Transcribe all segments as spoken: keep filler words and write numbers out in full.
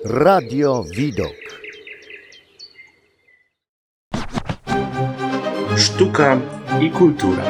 Radio Widok. Sztuka i kultura.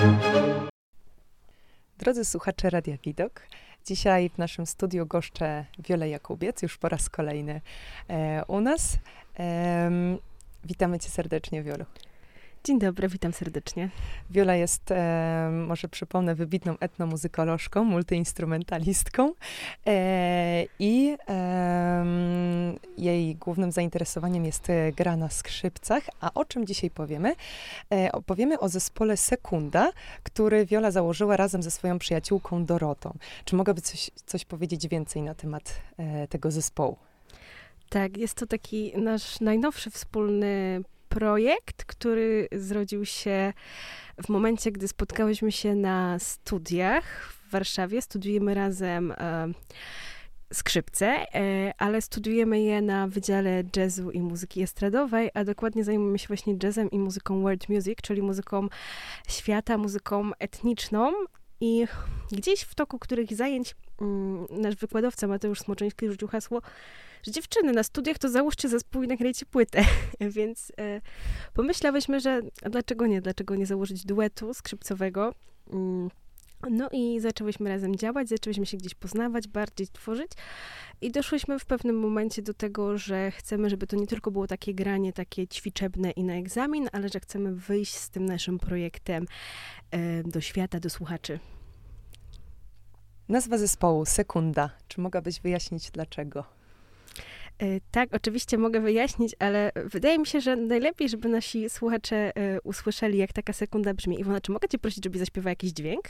Drodzy słuchacze Radia Widok, dzisiaj w naszym studiu goszczę Wiolę Jakubiec, już po raz kolejny e, u nas. E, witamy cię serdecznie, Wiolu. Dzień dobry, witam serdecznie. Wiola jest, e, może przypomnę, wybitną etnomuzykolożką, multiinstrumentalistką e, i e, jej głównym zainteresowaniem jest gra na skrzypcach. A o czym dzisiaj powiemy? E, opowiemy o zespole Sekunda, który Wiola założyła razem ze swoją przyjaciółką Dorotą. Czy mogłaby coś, coś powiedzieć więcej na temat e, tego zespołu? Tak, jest to taki nasz najnowszy wspólny projekt, który zrodził się w momencie, gdy spotkałyśmy się na studiach w Warszawie. Studiujemy razem e, skrzypce, e, ale studiujemy je na Wydziale Jazzu i Muzyki Estradowej, a dokładnie zajmujemy się właśnie jazzem i muzyką world music, czyli muzyką świata, muzyką etniczną. I gdzieś w toku których zajęć mm, nasz wykładowca Mateusz Smoczyński rzucił hasło, że dziewczyny, na studiach to załóżcie zespół i nagrajcie płytę. Więc e, pomyślałyśmy, że a dlaczego nie, dlaczego nie założyć duetu skrzypcowego. Mm, no i zaczęłyśmy razem działać, zaczęłyśmy się gdzieś poznawać, bardziej tworzyć i doszłyśmy w pewnym momencie do tego, że chcemy, żeby to nie tylko było takie granie, takie ćwiczebne i na egzamin, ale że chcemy wyjść z tym naszym projektem e, do świata, do słuchaczy. Nazwa zespołu Sekunda. Czy mogłabyś wyjaśnić dlaczego? Tak, oczywiście mogę wyjaśnić, ale wydaje mi się, że najlepiej, żeby nasi słuchacze y, usłyszeli, jak taka sekunda brzmi. Iwona, czy mogę cię prosić, żeby zaśpiewała jakiś dźwięk?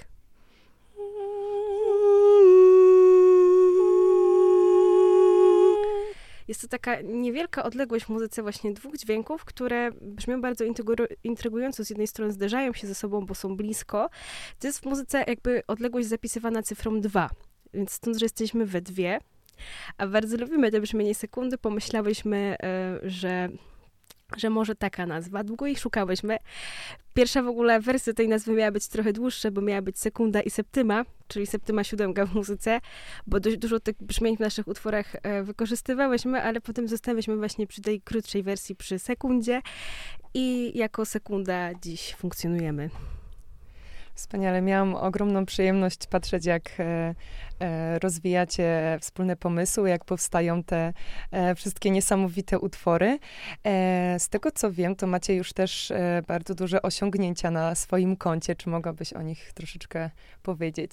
Jest to taka niewielka odległość w muzyce właśnie dwóch dźwięków, które brzmią bardzo intrygująco. Z jednej strony zderzają się ze sobą, bo są blisko. To jest w muzyce jakby odległość zapisywana cyfrą dwa, więc stąd, że jesteśmy we dwie. A bardzo lubimy to brzmienie sekundy. Pomyślałyśmy, y, że, że może taka nazwa. Długo ich szukałyśmy. Pierwsza w ogóle wersja tej nazwy miała być trochę dłuższa, bo miała być sekunda i septyma, czyli septyma siódemka w muzyce, bo dość dużo tych brzmień w naszych utworach y, wykorzystywałyśmy, ale potem zostałyśmy właśnie przy tej krótszej wersji, przy sekundzie i jako sekunda dziś funkcjonujemy. Wspaniale. Miałam ogromną przyjemność patrzeć, jak e, e, rozwijacie wspólne pomysły, jak powstają te e, wszystkie niesamowite utwory. E, z tego, co wiem, to macie już też e, bardzo duże osiągnięcia na swoim koncie. Czy mogłabyś o nich troszeczkę powiedzieć?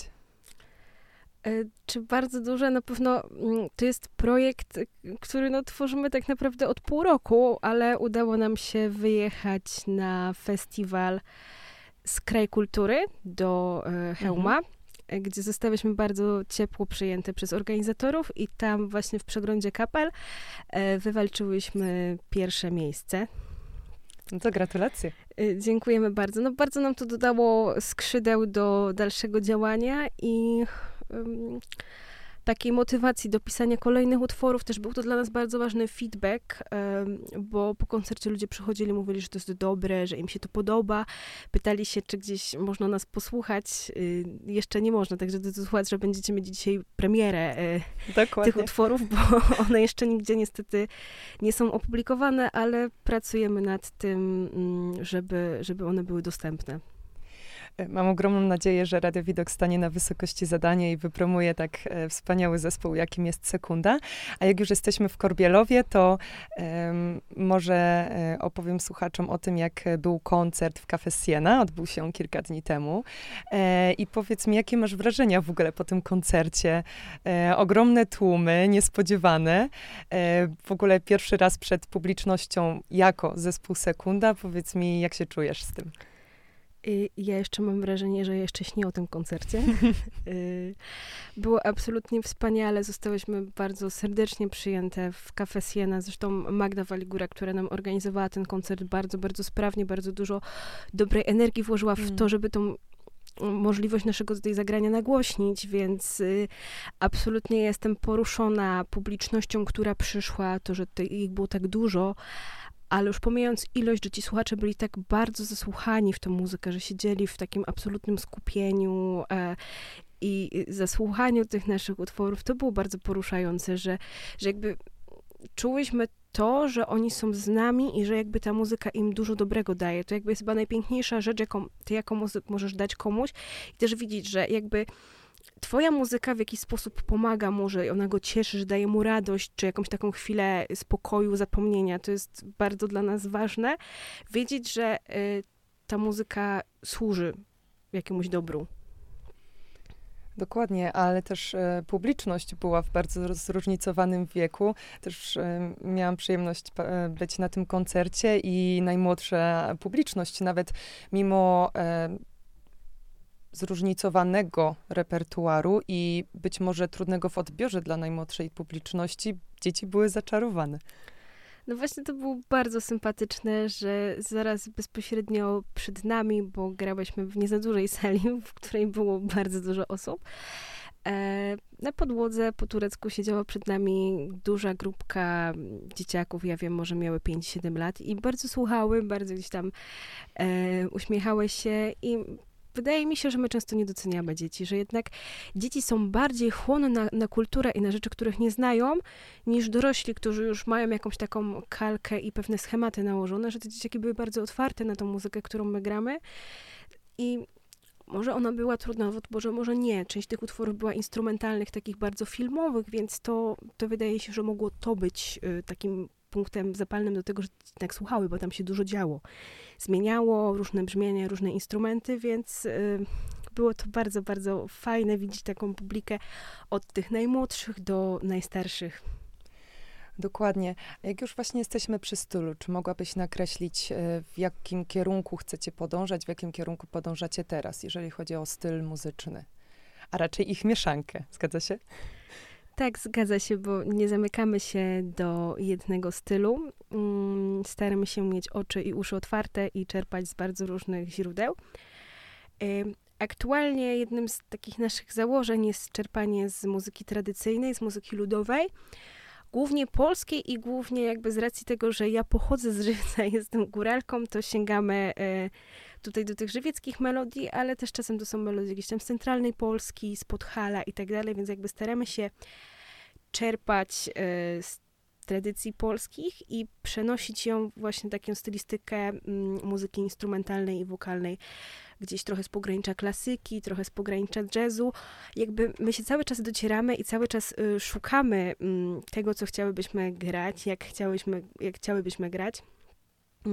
E, czy bardzo duże? Na pewno mm, to jest projekt, który no, tworzymy tak naprawdę od pół roku, ale udało nam się wyjechać na festiwal z Kraj Kultury do e, Chełma, mhm. gdzie zostałyśmy bardzo ciepło przyjęte przez organizatorów i tam właśnie w przeglądzie kapel e, wywalczyłyśmy pierwsze miejsce. No to gratulacje. E, dziękujemy bardzo. No bardzo nam to dodało skrzydeł do dalszego działania i um, takiej motywacji do pisania kolejnych utworów. Też był to dla nas bardzo ważny feedback, um, bo po koncercie ludzie przychodzili, mówili, że to jest dobre, że im się to podoba. Pytali się, czy gdzieś można nas posłuchać. Y, jeszcze nie można, także to słuchać, że będziecie mieć dzisiaj premierę y, tych utworów, bo one jeszcze nigdzie niestety nie są opublikowane, ale pracujemy nad tym, mm, żeby, żeby one były dostępne. Mam ogromną nadzieję, że Radio Widok stanie na wysokości zadania i wypromuje tak e, wspaniały zespół, jakim jest Sekunda. A jak już jesteśmy w Korbielowie, to e, może e, opowiem słuchaczom o tym, jak był koncert w Cafe Siena. Odbył się on kilka dni temu. E, I powiedz mi, jakie masz wrażenia w ogóle po tym koncercie? E, ogromne tłumy, niespodziewane. E, w ogóle pierwszy raz przed publicznością jako zespół Sekunda. Powiedz mi, jak się czujesz z tym? Ja jeszcze mam wrażenie, że jeszcze śnię o tym koncercie. Było absolutnie wspaniale. Zostałyśmy bardzo serdecznie przyjęte w Cafe Siena. Zresztą Magda Waligura, która nam organizowała ten koncert, bardzo, bardzo sprawnie, bardzo dużo dobrej energii włożyła w mm. to, żeby tą możliwość naszego tutaj zagrania nagłośnić, więc y, absolutnie jestem poruszona publicznością, która przyszła, to, że tutaj ich było tak dużo, ale już pomijając ilość, że ci słuchacze byli tak bardzo zasłuchani w tą muzykę, że siedzieli w takim absolutnym skupieniu e, i zasłuchaniu tych naszych utworów, to było bardzo poruszające, że, że jakby czułyśmy to, że oni są z nami i że jakby ta muzyka im dużo dobrego daje. To jakby jest chyba najpiękniejsza rzecz, jaką ty jako muzyk możesz dać komuś i też widzieć, że jakby twoja muzyka w jakiś sposób pomaga mu, że ona go cieszy, że daje mu radość, czy jakąś taką chwilę spokoju, zapomnienia. To jest bardzo dla nas ważne. Wiedzieć, że y, ta muzyka służy jakiemuś dobru. Dokładnie, ale też e, publiczność była w bardzo zróżnicowanym wieku. Też e, miałam przyjemność e, być na tym koncercie i najmłodsza publiczność, nawet mimo e, zróżnicowanego repertuaru i być może trudnego w odbiorze dla najmłodszej publiczności, dzieci były zaczarowane. No właśnie to było bardzo sympatyczne, że zaraz bezpośrednio przed nami, bo grałyśmy w nie za dużej sali, w której było bardzo dużo osób, e, na podłodze po turecku siedziała przed nami duża grupka dzieciaków, ja wiem, może miały pięć siedem lat i bardzo słuchały, bardzo gdzieś tam e, uśmiechały się i wydaje mi się, że my często nie doceniamy dzieci, że jednak dzieci są bardziej chłonne na, na kulturę i na rzeczy, których nie znają, niż dorośli, którzy już mają jakąś taką kalkę i pewne schematy nałożone, że te dzieciaki były bardzo otwarte na tą muzykę, którą my gramy i może ona była trudna w odbiorze, może nie. Część tych utworów była instrumentalnych, takich bardzo filmowych, więc to, to wydaje się, że mogło to być y, takim punktem zapalnym do tego, że tak słuchały, bo tam się dużo działo. Zmieniało różne brzmienia, różne instrumenty, więc y, było to bardzo, bardzo fajne widzieć taką publikę od tych najmłodszych do najstarszych. Dokładnie. Jak już właśnie jesteśmy przy stylu, czy mogłabyś nakreślić, w jakim kierunku chcecie podążać, w jakim kierunku podążacie teraz, jeżeli chodzi o styl muzyczny, a raczej ich mieszankę, zgadza się? Tak, zgadza się, bo nie zamykamy się do jednego stylu. Staramy się mieć oczy i uszy otwarte i czerpać z bardzo różnych źródeł. Aktualnie jednym z takich naszych założeń jest czerpanie z muzyki tradycyjnej, z muzyki ludowej, głównie polskiej i głównie jakby z racji tego, że ja pochodzę z Żywca, jestem góralką, to sięgamy tutaj do tych żywieckich melodii, ale też czasem to są melodie gdzieś tam z centralnej Polski, z Podhala i tak dalej, więc jakby staramy się czerpać z tradycji polskich i przenosić ją właśnie taką stylistykę mm, muzyki instrumentalnej i wokalnej, gdzieś trochę z pogranicza klasyki, trochę z pogranicza jazzu. Jakby my się cały czas docieramy i cały czas y, szukamy y, tego, co chciałybyśmy grać, jak chciałybyśmy, jak chciałybyśmy grać. Y,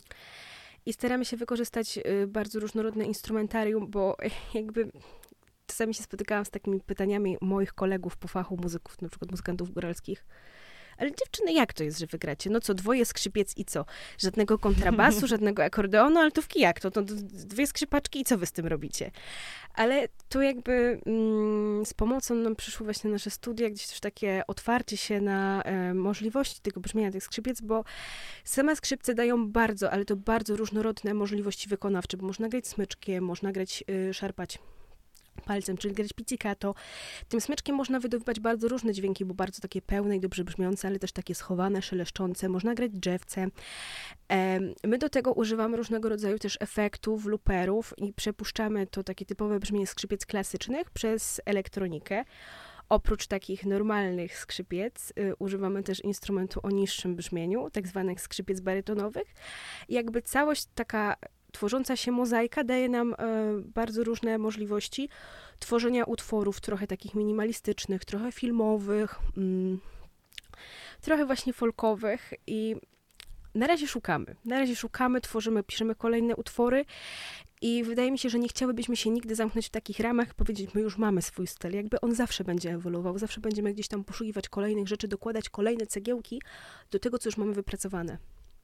I staramy się wykorzystać y, bardzo różnorodne instrumentarium, bo jakby czasami się spotykałam z takimi pytaniami moich kolegów po fachu muzyków, na przykład muzykantów góralskich. Ale dziewczyny, jak to jest, że wy gracie? No co, dwoje skrzypiec i co? Żadnego kontrabasu, żadnego akordeonu, altówki jak to? To dwie skrzypaczki i co wy z tym robicie? Ale tu jakby mm, z pomocą nam przyszły właśnie nasze studia, gdzieś też takie otwarcie się na e, możliwości tego brzmienia tych skrzypiec, bo same skrzypce dają bardzo, ale to bardzo różnorodne możliwości wykonawcze, bo można grać smyczkiem, można grać, y, szarpać palcem, czyli grać pizzicato. Tym smyczkiem można wydobywać bardzo różne dźwięki, bo bardzo takie pełne i dobrze brzmiące, ale też takie schowane, szeleszczące. Można grać drzewce. E, my do tego używamy różnego rodzaju też efektów, looperów i przepuszczamy to takie typowe brzmienie skrzypiec klasycznych przez elektronikę. Oprócz takich normalnych skrzypiec y, używamy też instrumentu o niższym brzmieniu, tak zwanych skrzypiec barytonowych. I jakby całość taka tworząca się mozaika daje nam e, bardzo różne możliwości tworzenia utworów, trochę takich minimalistycznych, trochę filmowych, mm, trochę właśnie folkowych i na razie szukamy. Na razie szukamy, tworzymy, piszemy kolejne utwory i wydaje mi się, że nie chciałybyśmy się nigdy zamknąć w takich ramach i powiedzieć, my już mamy swój styl. Jakby on zawsze będzie ewoluował, zawsze będziemy gdzieś tam poszukiwać kolejnych rzeczy, dokładać kolejne cegiełki do tego, co już mamy wypracowane.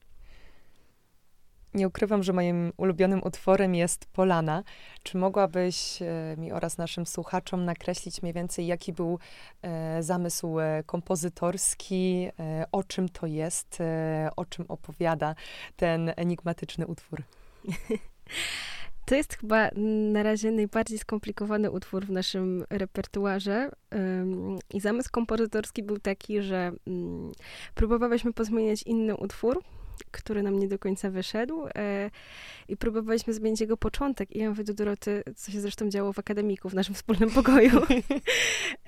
Nie ukrywam, że moim ulubionym utworem jest Polana. Czy mogłabyś e, mi oraz naszym słuchaczom nakreślić mniej więcej, jaki był e, zamysł e, kompozytorski, e, o czym to jest, e, o czym opowiada ten enigmatyczny utwór? To jest chyba na razie najbardziej skomplikowany utwór w naszym repertuarze um, i zamysł kompozytorski był taki, że um, próbowałyśmy pozmieniać inny utwór, który nam nie do końca wyszedł e, i próbowaliśmy zmienić jego początek i ja mówię do Doroty, co się zresztą działo w akademiku, w naszym wspólnym pokoju. e,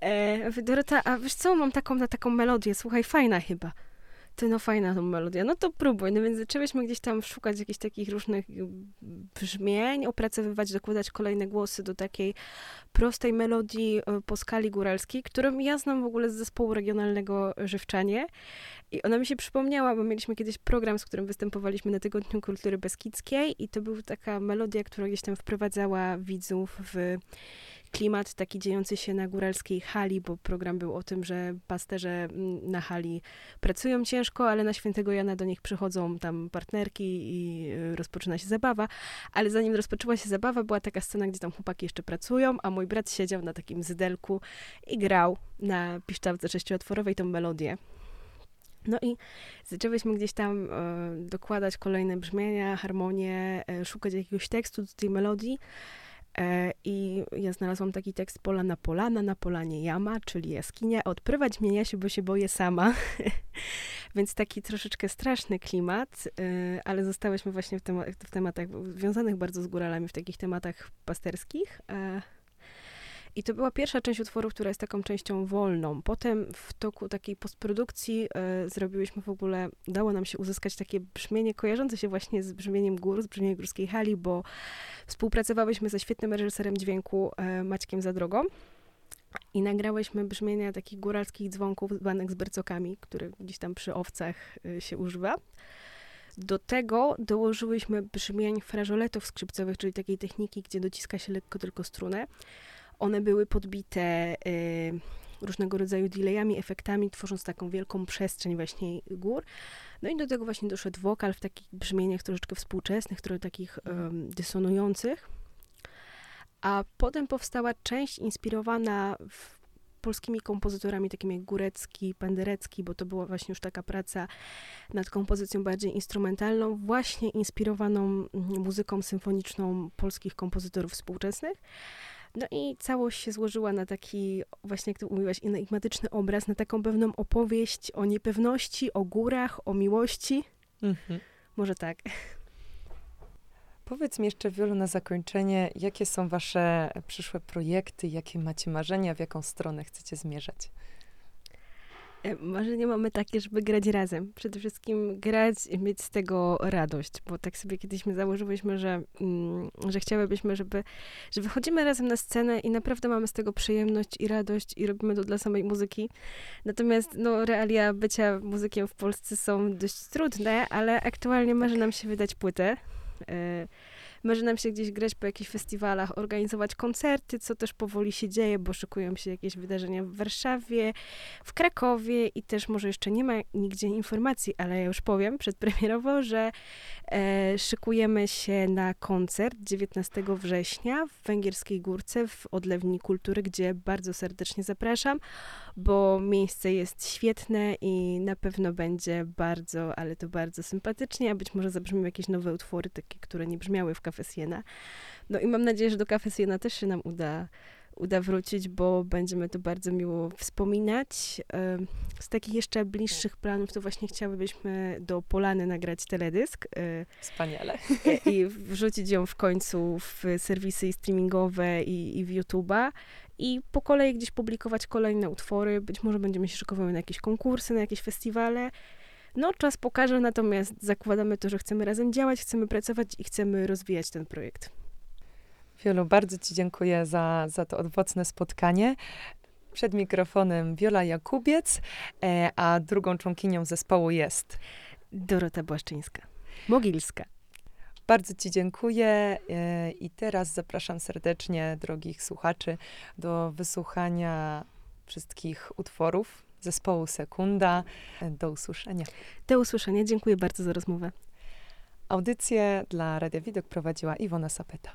mówię, Dorota, a wiesz co, mam taką na taką melodię, słuchaj, fajna chyba. Ty, no fajna tą melodia, no to próbuj. No więc zaczęłyśmy gdzieś tam szukać jakichś takich różnych brzmień, opracowywać, dokładać kolejne głosy do takiej prostej melodii po skali góralskiej, którą ja znam w ogóle z zespołu regionalnego Żywczanie. I ona mi się przypomniała, bo mieliśmy kiedyś program, z którym występowaliśmy na Tygodniu Kultury Beskidzkiej i to była taka melodia, która gdzieś tam wprowadzała widzów w klimat taki dziejący się na góralskiej hali, bo program był o tym, że pasterze na hali pracują ciężko, ale na Świętego Jana do nich przychodzą tam partnerki i rozpoczyna się zabawa. Ale zanim rozpoczęła się zabawa, była taka scena, gdzie tam chłopaki jeszcze pracują, a mój brat siedział na takim zydelku i grał na piszczałce sześciootworowej tą melodię. No i zaczęłyśmy gdzieś tam e, dokładać kolejne brzmienia, harmonie, e, szukać jakiegoś tekstu do tej melodii. E, I ja znalazłam taki tekst: Polana, polana, na polanie jama, czyli jaskinia. Odprywać mnie Jasiu, bo się boję sama. Więc taki troszeczkę straszny klimat, e, ale zostałyśmy właśnie w, tema- w tematach związanych bardzo z góralami, w takich tematach pasterskich. E, I to była pierwsza część utworu, która jest taką częścią wolną. Potem w toku takiej postprodukcji e, zrobiłyśmy w ogóle, udało nam się uzyskać takie brzmienie kojarzące się właśnie z brzmieniem gór, z brzmieniem Górskiej Hali, bo współpracowałyśmy ze świetnym reżyserem dźwięku e, Maćkiem Zadrogą i nagrałyśmy brzmienia takich góralskich dzwonków zwanych z bercokami, które gdzieś tam przy owcach e, się używa. Do tego dołożyłyśmy brzmień frażoletów skrzypcowych, czyli takiej techniki, gdzie dociska się lekko tylko strunę. One były podbite y, różnego rodzaju delayami, efektami, tworząc taką wielką przestrzeń właśnie gór. No i do tego właśnie doszedł wokal w takich brzmieniach troszeczkę współczesnych, trochę takich um, dysonujących. A potem powstała część inspirowana w, polskimi kompozytorami, takimi jak Górecki, Penderecki, bo to była właśnie już taka praca nad kompozycją bardziej instrumentalną, właśnie inspirowaną muzyką symfoniczną polskich kompozytorów współczesnych. No i całość się złożyła na taki, właśnie jak to mówiłaś, enigmatyczny obraz, na taką pewną opowieść o niepewności, o górach, o miłości. Mhm. Może tak. Powiedz mi jeszcze, Wiolu, na zakończenie, jakie są wasze przyszłe projekty, jakie macie marzenia, w jaką stronę chcecie zmierzać? Marzenie mamy takie, żeby grać razem. Przede wszystkim grać i mieć z tego radość, bo tak sobie kiedyś my założyłyśmy, że, mm, że chciałybyśmy, żeby, że wychodzimy razem na scenę i naprawdę mamy z tego przyjemność i radość i robimy to dla samej muzyki. Natomiast no, realia bycia muzykiem w Polsce są dość trudne, ale aktualnie marzy nam się wydać płytę. Yy, Marzy nam się gdzieś grać po jakichś festiwalach, organizować koncerty, co też powoli się dzieje, bo szykują się jakieś wydarzenia w Warszawie, w Krakowie i też może jeszcze nie ma nigdzie informacji, ale ja już powiem przedpremierowo, że e, szykujemy się na koncert dziewiętnastego września w Węgierskiej Górce w Odlewni Kultury, gdzie bardzo serdecznie zapraszam, bo miejsce jest świetne i na pewno będzie bardzo, ale to bardzo sympatycznie, a być może zabrzmią jakieś nowe utwory, takie, które nie brzmiały w Cafe Siena. No i mam nadzieję, że do Cafe Siena też się nam uda, uda wrócić, bo będziemy to bardzo miło wspominać. Z takich jeszcze bliższych planów to właśnie chciałybyśmy do Polany nagrać teledysk. Wspaniale. I wrzucić ją w końcu w serwisy streamingowe i, i w YouTube'a. I po kolei gdzieś publikować kolejne utwory. Być może będziemy się szykowały na jakieś konkursy, na jakieś festiwale. No, czas pokaże, natomiast zakładamy to, że chcemy razem działać, chcemy pracować i chcemy rozwijać ten projekt. Wiolu, bardzo ci dziękuję za, za to owocne spotkanie. Przed mikrofonem Wiola Jakubiec, e, a drugą członkinią zespołu jest Dorota Błaszczyńska, Mogilska. Bardzo ci dziękuję e, i teraz zapraszam serdecznie drogich słuchaczy do wysłuchania wszystkich utworów zespołu Sekunda. Do usłyszenia. Do usłyszenia. Dziękuję bardzo za rozmowę. Audycję dla Radia Widok prowadziła Iwona Sapeta.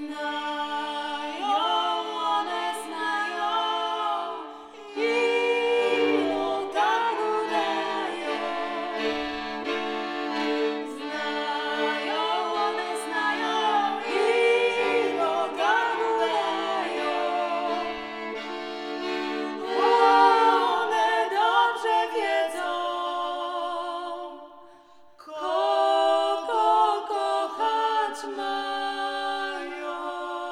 Znają, one znają i tak udają. Znają, one znają i tak udają. One dobrze wiedzą, kogo kochać mają.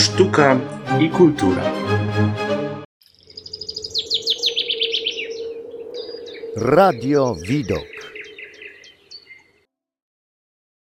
sztuka i kultura. Radio Widok.